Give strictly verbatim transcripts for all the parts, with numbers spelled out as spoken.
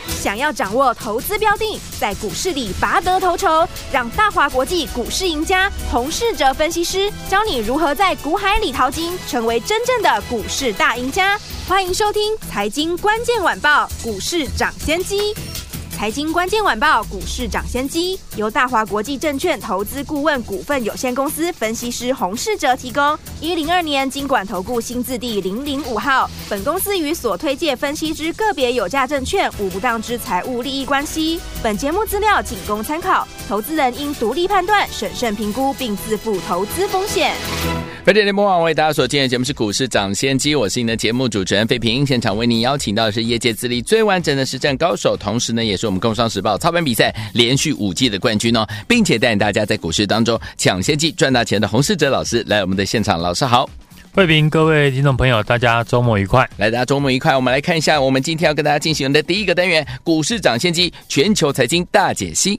想要掌握投资标的，在股市里拔得头筹，让大华国际股市赢家洪士哲分析师教你如何在股海里淘金，成为真正的股市大赢家。欢迎收听财经关键晚报股市涨先机。财经关键晚报股市涨先机由大华国际证券投资顾问股份有限公司分析师洪士哲提供。一零二年金管投顾新字第零零五号。本公司与所推介分析之个别有价证券无不当之财务利益关系。本节目资料仅供参考，投资人应独立判断、审慎评估，并自负投资风险。 飞碟联播网为大家所见的节目是股市涨先机，我是您的节目主持人费平。现场为您邀请到的是业界资历最完整的实战高手，同时呢也是我们工商时报操盘比赛连续五季的冠军哦，并且带领大家在股市当中抢先机赚大钱的洪士哲老师来我们的现场。老师好。 慧平，各位听众朋友，大家周末愉快！ 来，大家周末愉快。我们来看一下，我们今天要跟大家进行的第一个单元——股市涨先机全球财经大解析。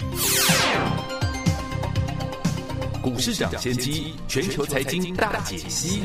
股市涨先机全球财经大解析。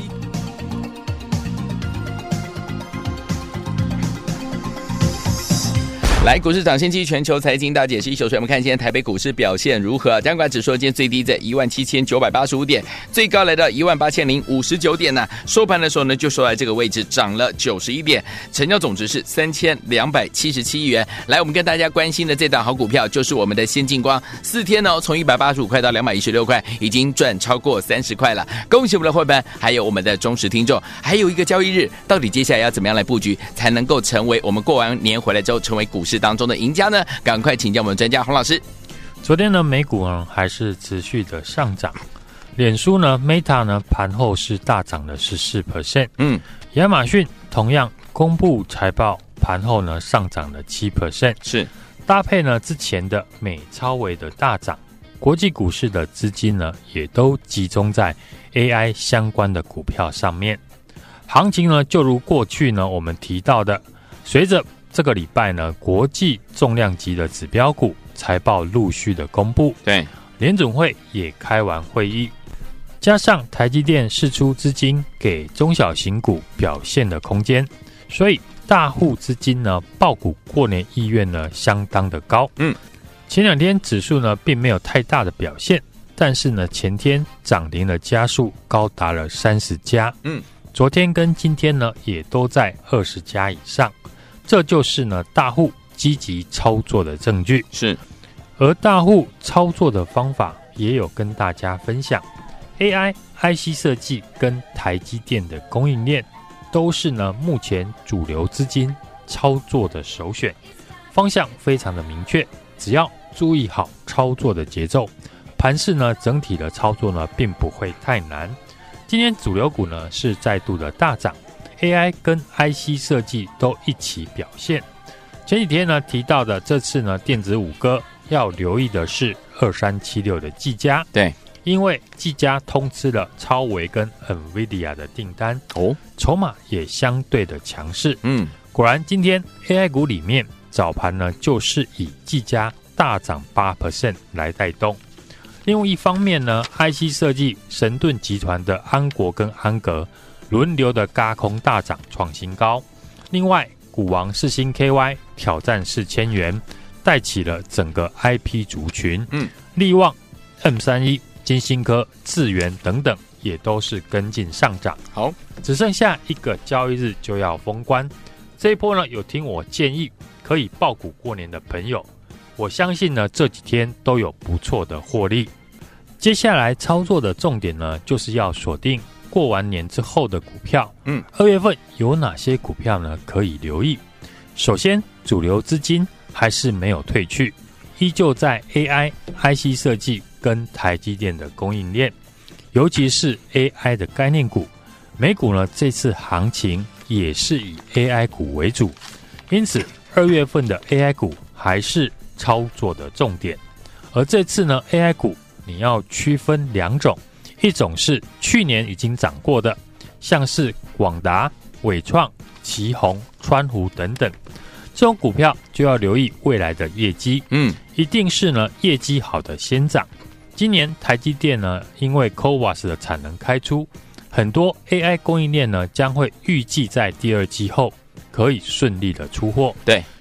来，股市涨先机全球财经大解析。首先我们看今天台北股市表现如何？加权指数今天最低在一万七千九百八十五点，最高来到一万八千零五十九点呢、啊。收盘的时候呢，就收在这个位置，涨了九十一点，成交总值是三千两百七十七亿元。来，我们跟大家关心的这档好股票就是我们的先进光，四天呢从一百八十五块到两百一十六块，已经赚超过三十块了。恭喜我们的会员，还有我们的忠实听众。还有一个交易日，到底接下来要怎么样来布局，才能够成为我们过完年回来之后成为股市当中的赢家呢？赶快请教我们专家洪老师。 昨天呢，美股呢还是持续的上涨，脸书呢 Meta 呢盘后是大涨了 百分之十四， 嗯，亚马逊同样公布财报，盘后呢上涨了 百分之七， 是搭配呢之前的美超微的大涨，国际股市的资金呢也都集中在 A I 相关的股票上面。行情呢就如过去呢我们提到的，随着这个礼拜呢，国际重量级的指标股财报陆续的公布， 对， 联准会也开完会议，加上台积电释出资金给中小型股表现的空间，所以大户资金呢抱股过年意愿呢相当的高。嗯，前两天指数呢并没有太大的表现，但是呢前天涨停的家数高达了三十家，嗯，昨天跟今天呢也都在二十家以上。这就是呢大户积极操作的证据。 是， 而大户操作的方法也有跟大家分享。A I、I C 设计跟台积电的供应链都是呢目前主流资金操作的首选，方向非常的明确，只要注意好操作的节奏，盘势呢整体的操作呢并不会太难。今天主流股呢是再度的大涨。A I 跟 I C 设计都一起表现。前几天呢提到的，这次呢电子五哥要留意的是二三七六的技嘉， 对， 因为技嘉通知了超微跟 NVIDIA 的订单，哦，筹码也相对的强势。嗯，果然今天 A I 股里面早盘呢就是以技嘉大涨 百分之八 来带动。另外一方面呢 ，I C 设计神盾集团的安国跟安格轮流的軋空大涨创新高，另外股王世芯 K Y 挑战四千元，带起了整个 I P 族群。嗯，力旺 M 三十一、金星科、智原等等也都是跟进上涨。好，只剩下一个交易日就要封关，这一波呢有听我建议可以抱股过年的朋友，我相信呢这几天都有不错的获利。接下来操作的重点呢就是要锁定过完年之后的股票，嗯，二月份有哪些股票呢？可以留意。首先，主流资金还是没有退去，依旧在 A I、I C 设计跟台积电的供应链，尤其是 A I 的概念股。美股呢，这次行情也是以 A I 股为主，因此二月份的 A I 股还是操作的重点。而这次呢 ，A I 股你要区分两种。一种是去年已经涨过的，像是广达、伟创、奇宏、川湖等等，这种股票就要留意未来的业绩，嗯，一定是呢业绩好的先涨。今年台积电呢，因为 C O V A S 的产能开出，很多 A I 供应链呢将会预计在第二季后可以顺利的出货， 对，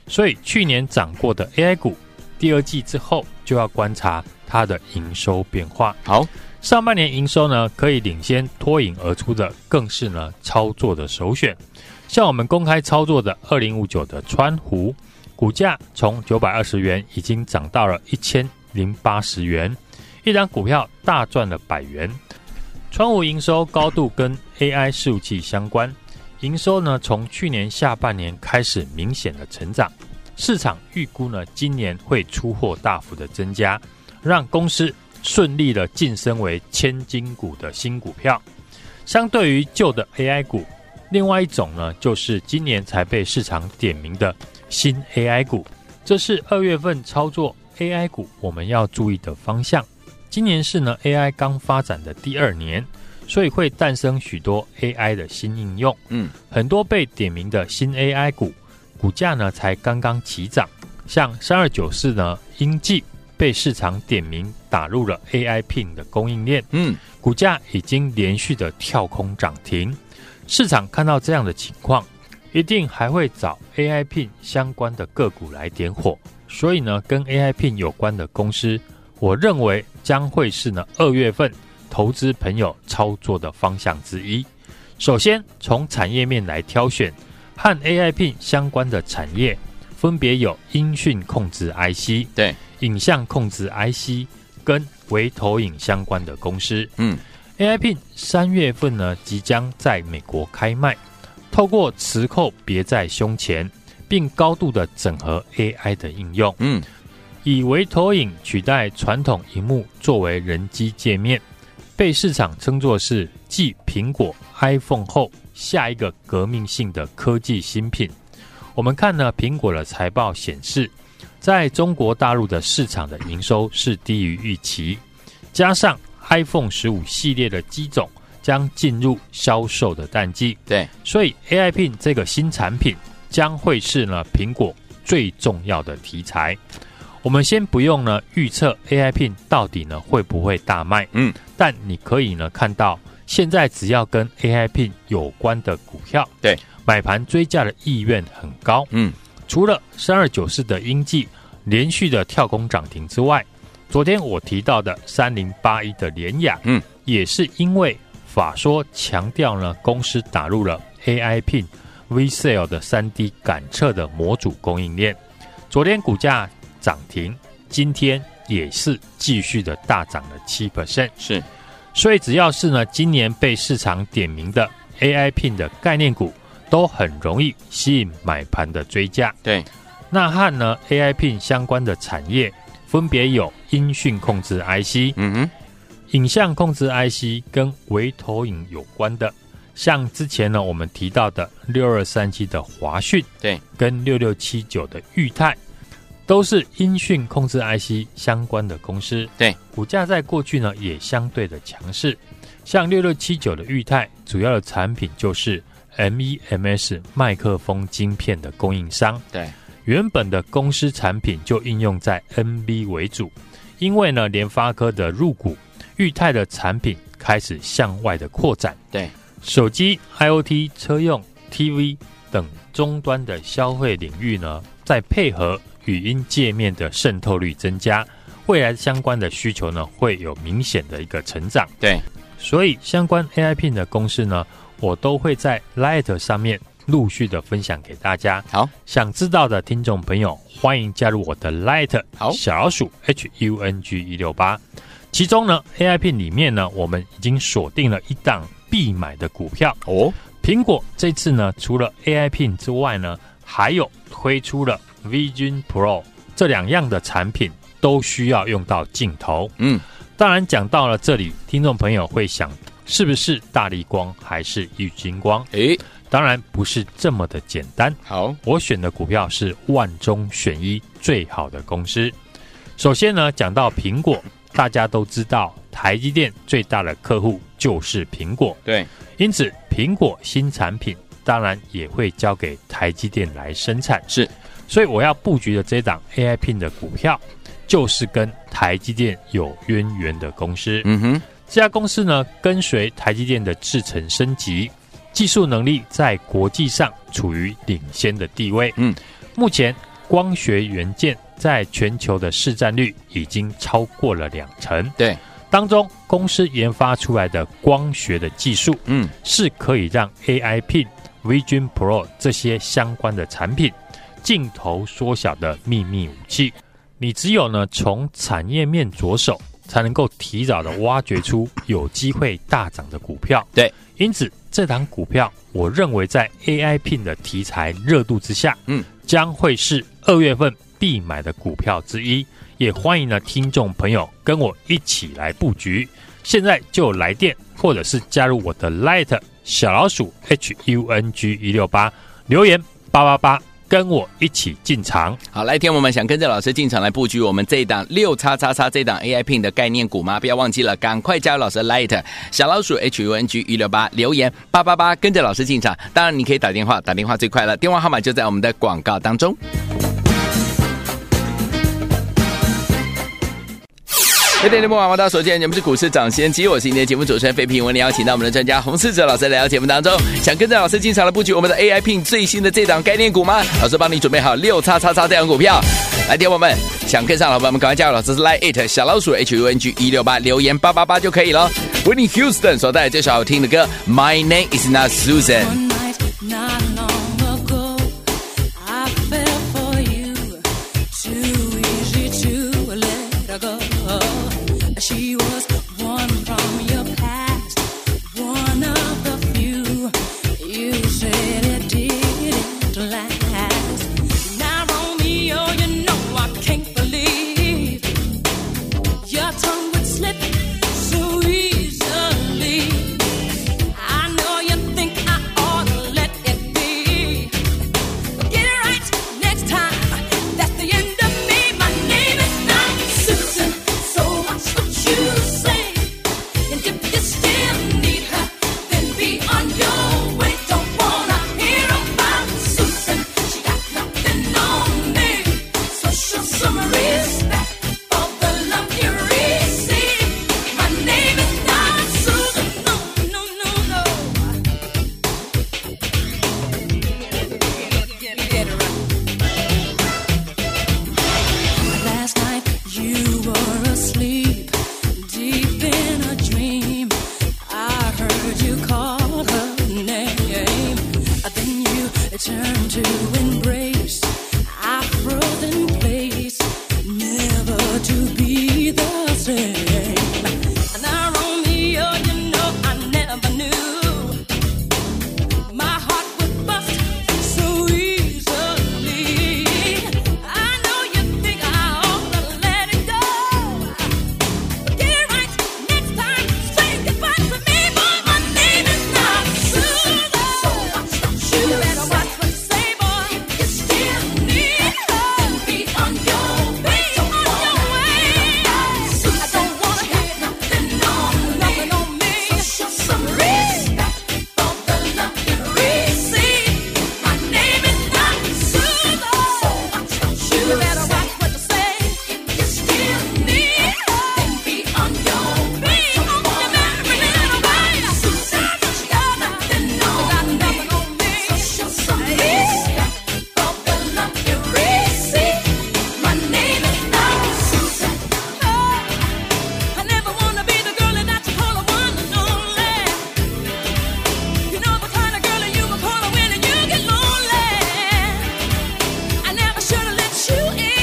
所以去年涨过的 A I 股，第二季之后就要观察它的营收变化。 好， 上半年营收呢可以领先脱颖而出的，更是呢操作的首选。像我们公开操作的二零五九的川湖，股价从九百二十元已经涨到了一千零八十元，一张股票大赚了百元。川湖营收高度跟 A I 伺服器相关，营收呢从去年下半年开始明显的成长，市场预估呢今年会出货大幅的增加，让公司顺利的晋升为千金股的新股票。相对于旧的 A I 股，另外一种呢就是今年才被市场点名的新 A I 股，这是二月份操作 A I 股我们要注意的方向。今年是呢 A I 刚发展的第二年，所以会诞生许多 A I 的新应用。嗯，很多被点名的新 A I 股，股价呢才刚刚起涨，像三二九四呢，英记被市场点名打入了 A I Pin 的供应链，嗯，股价已经连续的跳空涨停。市场看到这样的情况，一定还会找 A I Pin 相关的个股来点火，所以呢，跟 A I Pin 有关的公司，我认为将会是呢二月份投资朋友操作的方向之一。首先从产业面来挑选，和 A I Pin 相关的产业，分别有音讯控制 I C、 对， 影像控制 I C 跟微投影相关的公司。嗯。A I Pin 三月份呢即将在美国开卖，透过磁扣别在胸前，并高度的整合 A I 的应用，嗯，以微投影取代传统萤幕作为人机界面，被市场称作是继苹果 iPhone 后下一个革命性的科技新品。我们看呢，苹果的财报显示，在中国大陆的市场的营收是低于预期，加上iPhone 十五系列的机种将进入销售的淡季， 对， 所以 A I Pin 这个新产品将会是呢苹果最重要的题材。我们先不用呢预测 A I Pin 到底呢会不会大卖，嗯，但你可以呢看到，现在只要跟 A I Pin 有关的股票， 对， 买盘追价的意愿很高，嗯，除了三二九四的英记连续的跳空涨停之外，昨天我提到的三零八一的联亚，嗯，也是因为法说强调呢，公司打入了 A I Pin VCSEL 的 三 D 感测的模组供应链，昨天股价涨停，今天也是继续的大涨了 百分之七， 是， 所以只要是呢今年被市场点名的 A I Pin 的概念股，都很容易吸引买盘的追价。 对， 那和呢 A I Pin 相关的产业分别有音讯控制 I C、嗯哼、影像控制 I C 跟微投影有关的，像之前呢我们提到的六二三七的华讯， 对， 跟六六七九的裕泰，都是音讯控制 I C 相关的公司。 对， 股价在过去呢也相对的强势。像六六七九的裕泰，主要的产品就是 M E M S 麦克风晶片的供应商。 对。 原本的公司产品就应用在 N B 为主，因为呢联发科的入股，裕泰的产品开始向外的扩展。 对， 手机、I O T、车用、T V 等终端的消费领域呢，再配合语音界面的渗透率增加，未来相关的需求呢会有明显的一个成长。 对， 所以相关 A I Pin 的公司呢，我都会在 Light 上面陆续的分享给大家。 好， 想知道的听众朋友，欢迎加入我的 Light 好小老鼠 H U N G 一六八。其中呢 A I Pin 里面呢，我们已经锁定了一档必买的股票哦。苹果这次呢，除了 A I Pin 之外呢，还有推出了 Vision Pro 这两样的产品，都需要用到镜头。嗯，当然讲到了这里，听众朋友会想，是不是大立光还是玉晶光？诶。当然不是这么的简单。 好， 我选的股票是万中选一最好的公司。首先呢，讲到苹果，大家都知道台积电最大的客户就是苹果， 对， 因此苹果新产品当然也会交给台积电来生产。 是， 所以我要布局的这档 A I Pin 的股票，就是跟台积电有渊源的公司。嗯哼，这家公司呢，跟随台积电的制程升级，技术能力在国际上处于领先的地位。嗯，目前光学元件在全球的市占率已经超过了两成。 对， 当中公司研发出来的光学的技术，嗯，是可以让 A I Pin、Vision Pro 这些相关的产品镜头缩小的秘密武器。你只有呢从产业面着手，才能够提早的挖掘出有机会大涨的股票。 对， 因此这档股票，我认为在 A I Pin 的题材热度之下，嗯，将会是二月份必买的股票之一。也欢迎呢听众朋友跟我一起来布局。现在就来电，或者是加入我的 Light 小老鼠 H U N G 一六八，留言八八八。跟我一起进场。 好，来听我们想跟着老师进场来布局我们这一档六叉叉叉这档 A I Pin 的概念股吗？不要忘记了，赶快加入老师的 Light 小老鼠 H U N G 一六八，留言八八八，跟着老师进场。当然你可以打电话，打电话最快了，电话号码就在我们的广告当中。各位听众朋友，大家所见的节目是股市涨先机，我是今天的节目主持人费平。我们邀请到我们的专家洪士哲老师来到节目当中，想跟着老师进场来布局我们的 A I Pin 最新的这档概念股吗？老师帮你准备好六叉叉叉这档股票，来听我们想跟上老板们，赶快加入老师 Line it 小老鼠 H U N G 一六八，留言八八八就可以了。Whitney Houston 所带来这首好听的歌 My Name Is Not Susan。She was one from your past, one of the few. You said it didn't last. Now Romeo, you know I can't believe your tongue would slip so easily. I know you think I ought to let it be. Get it right next time. That's the end of me. My name is not Susan. So much you say, and if you still need her, then be on your way. Don't wanna hear about Susan. She got nothing on me, so show some respect for the love you receive. My name is not Susan. No, no, no, no. Get, get it right. Last night you were asleep, deep in a dream. I heard you call her name. Then you turned to embrace. I froze in place, never to be the same. Now Romeo, you know I never knew my heart would bust so easily. I know you think I ought to let it go. Get it right next time. Say goodbye to me, boy. My name is not Susan. So watch what you better watch what you say, boy. If you still need her, then be on your way. Don't wanna Susan. I don't wanna hear nothing on nothing on me. So show some respect for the love you receive. My name is not Susan. So watch what you better watch what you say. If you still need her, then be on your way. Don't wanna little boy. Susan, she got nothing on nothing on me. So show some respect for the love you receive. My name is not Susan. Oh, I never wanna be the girl that you call a one and only. You know the kind of girl that you would call her when you get lonely. I never should have let you in.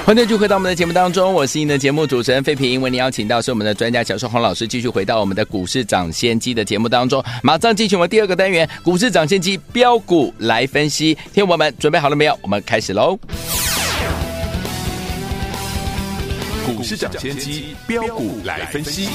欢迎继续回到我们的节目当中，我是您的节目主持人费平，为您邀请到是我们的专家乔世宏老师，继续回到我们的股市涨先机的节目当中，马上进行我们第二个单元股市涨先机标股来分析。听众朋友们准备好了没有？我们开始喽！ 股市涨先机标股来分析。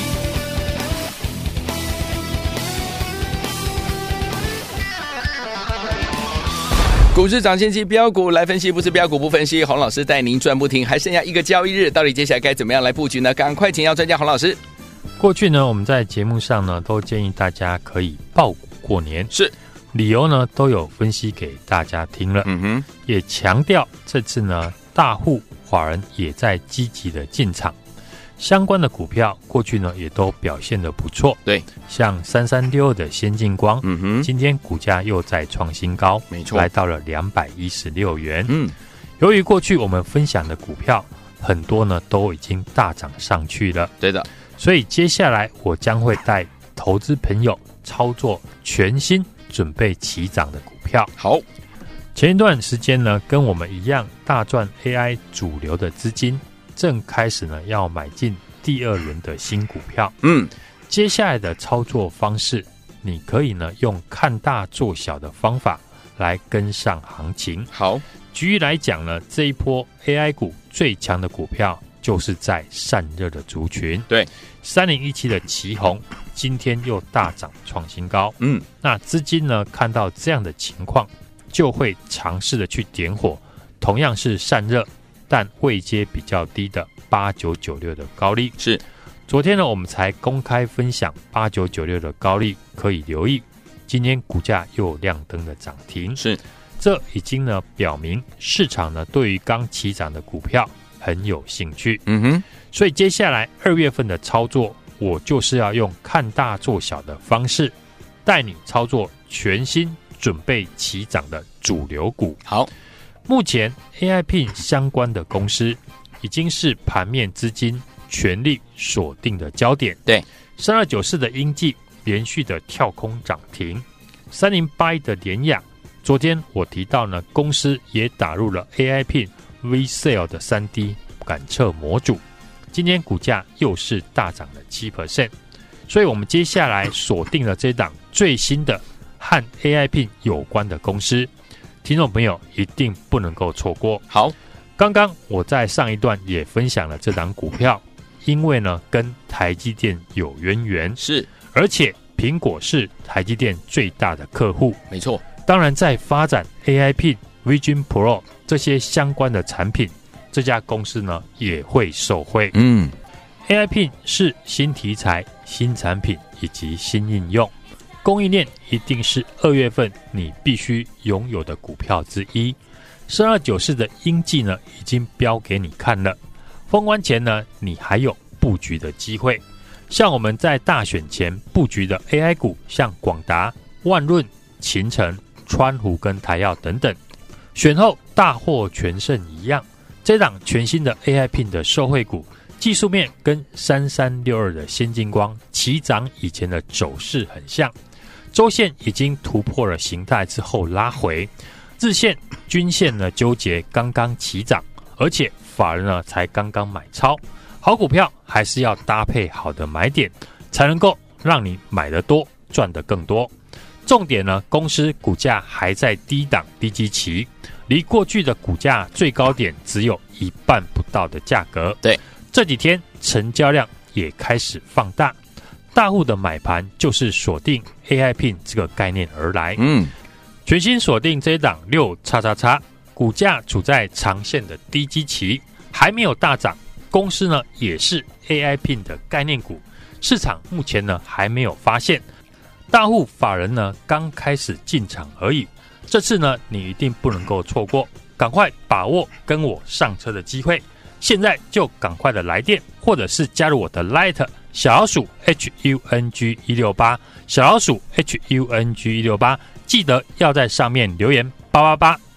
股市涨先机标股来分析，不是标股不分析。洪老师带您赚不停，还剩下一个交易日，到底接下来该怎么样来布局呢？赶快请教专家洪老师。 过去呢，我们在节目上呢，都建议大家可以抱股过年， 是理由呢都有分析给大家听了。 嗯哼， 也强调这次呢，大户法人也在积极的进场。相关的股票过去呢也都表现得不错， 对， 像三三六二的先进光， 嗯哼， 今天股价又再创新高， 没错， 来到了两百一十六元。 嗯， 由于过去我们分享的股票很多呢都已经大涨上去了， 对的， 所以接下来我将会带投资朋友操作全新准备起涨的股票。 好， 前一段时间呢，跟我们一样大赚 A I 主流的资金正开始呢要买进第二轮的新股票。 嗯， 接下来的操作方式，你可以呢用看大做小的方法来跟上行情。 好， 举例来讲呢，这一波 A I 股最强的股票就是在散热的族群。 对， 三零一七的奇鋐今天又大涨创新高。 嗯， 那资金呢看到这样的情况，就会尝试的去点火，同样是散热，但位阶比较低的八九九六的高力。 是， 昨天呢我们才公开分享八九九六的高力可以留意，今天股价又亮灯的涨停。 是， 这已经呢表明市场呢对于刚起涨的股票很有兴趣。 嗯哼， 所以接下来二月份的操作，我就是要用看大做小的方式，带你操作全新准备起涨的主流股。 好， 目前 A I P 相关的公司已经是盘面资金全力锁定的焦点。 对， 三二九四的英记连续的跳空涨停，三零八一的联亚，昨天我提到呢，公司也打入了 A I P V C E L 的 三 D 感测模组，今天股价又是大涨了 百分之七， 所以我们接下来锁定了这档最新的和 A I P 有关的公司，听众朋友一定不能够错过。 好， 刚刚我在上一段也分享了这档股票，因为呢跟台积电有渊源， 是， 而且苹果是台积电最大的客户， 没错。 当然在发展 A I P、Vision Pro 这些相关的产品，这家公司呢也会受惠。 嗯 ，A I P 是新题材、新产品以及新应用，供应链一定是二月份你必须拥有的股票之一。三二九四的英记呢，已经标给你看了。封关前呢，你还有布局的机会。像我们在大选前布局的 A I 股，像广达、万润、勤诚、川湖跟台药等等，选后大获全胜一样。这档全新的 A I P 的受惠股，技术面跟三三六二的先进光起涨以前的走势很像，周线已经突破了形态之后拉回，日线、均线呢纠结刚刚起涨，而且法人呢才刚刚买超。好股票还是要搭配好的买点，才能够让你买得多，赚得更多。重点呢，公司股价还在低档低基期，离过去的股价最高点只有一半不到的价格。 对， 这几天成交量也开始放大，大户的买盘就是锁定 A I P 这个概念而来。 嗯， 全新锁定这一档六叉叉叉，股价处在长线的低基期，还没有大涨。公司呢也是 A I P 的概念股，市场目前呢还没有发现，大户法人呢刚开始进场而已。这次呢你一定不能够错过，赶快把握跟我上车的机会，现在就赶快的来电，或者是加入我的 Light 小老鼠 H U N G 一六八 小老鼠 H U N G 一六八，记得要在上面留言八八八，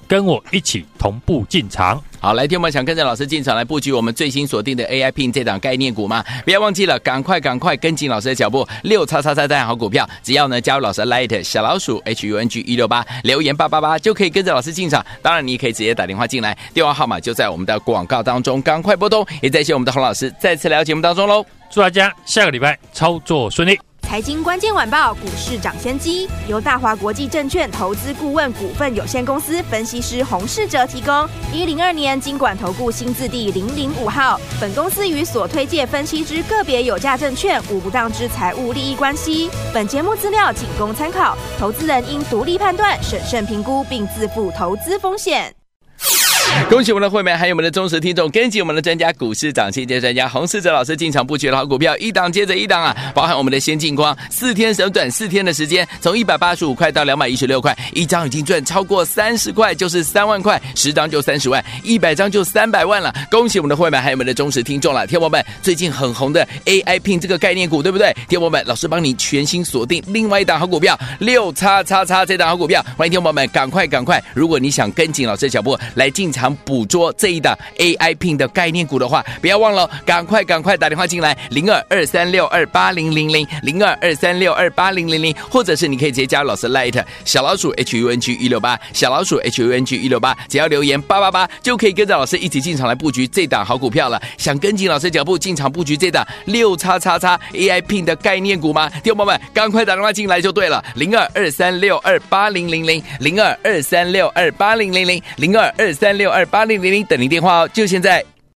跟我一起同步进场。 好，来听我们想跟着老师进场来布局我们最新锁定的 A I P I N 这档概念股吗？不要忘记了，赶快赶快跟紧老师的脚步，六叉叉叉这档好股票，只要呢加入老师的 Light 小老鼠 H U N G 一六八，留言八八八就可以跟着老师进场。当然，你也可以直接打电话进来，电话号码就在我们的广告当中，赶快拨通。也再谢我们的洪老师再次来到节目当中喽， 祝大家下个礼拜操作顺利。 财经关键晚报股市涨先机由大华国际证券投资顾问股份有限公司分析师洪士哲提供。一零二年金管投顾新字第零零五号。本公司与所推介分析之个别有价证券无不当之财务利益关系。本节目资料仅供参考，投资人应独立判断、审慎评估，并自负投资风险。 恭喜我们的会员，还有我们的忠实听众，跟紧我们的专家股市涨先机专家洪士哲老师进场布局的好股票，一档接着一档啊！包含我们的先进光，四天省短四天的时间，从一百八十五块到两百一十六块，一张已经赚超过三十块，就是三万块，十张就三十万，一百张就三百万了。恭喜我们的会员，还有我们的忠实听众了，听众们，最近很红的 A I P I N 这个概念股，对不对？听众们，老师帮你全新锁定另外一档好股票，六叉叉叉这档好股票，欢迎听众们赶快赶快！如果你想跟紧老师的脚步来进场捕捉这一档 A I P I N 的概念股的话，不要忘了，赶快赶快打电话进来，零二二三六二八零零零，零二二三六二八零零零，或者是你可以直接加入老师 Light 小老鼠 H U N G 一六八，小老鼠 H U N G 一六八，只要留言八八八就可以跟着老师一起进场来布局这档好股票了。想跟紧老师脚步进场布局这档六叉叉叉 A I P I N 的概念股吗？听众朋友们，赶快打电话进来就对了，零二二三六二八零零零，零二二三六二八零零零，零二二三六二八零零零，等您电话哦，就现在。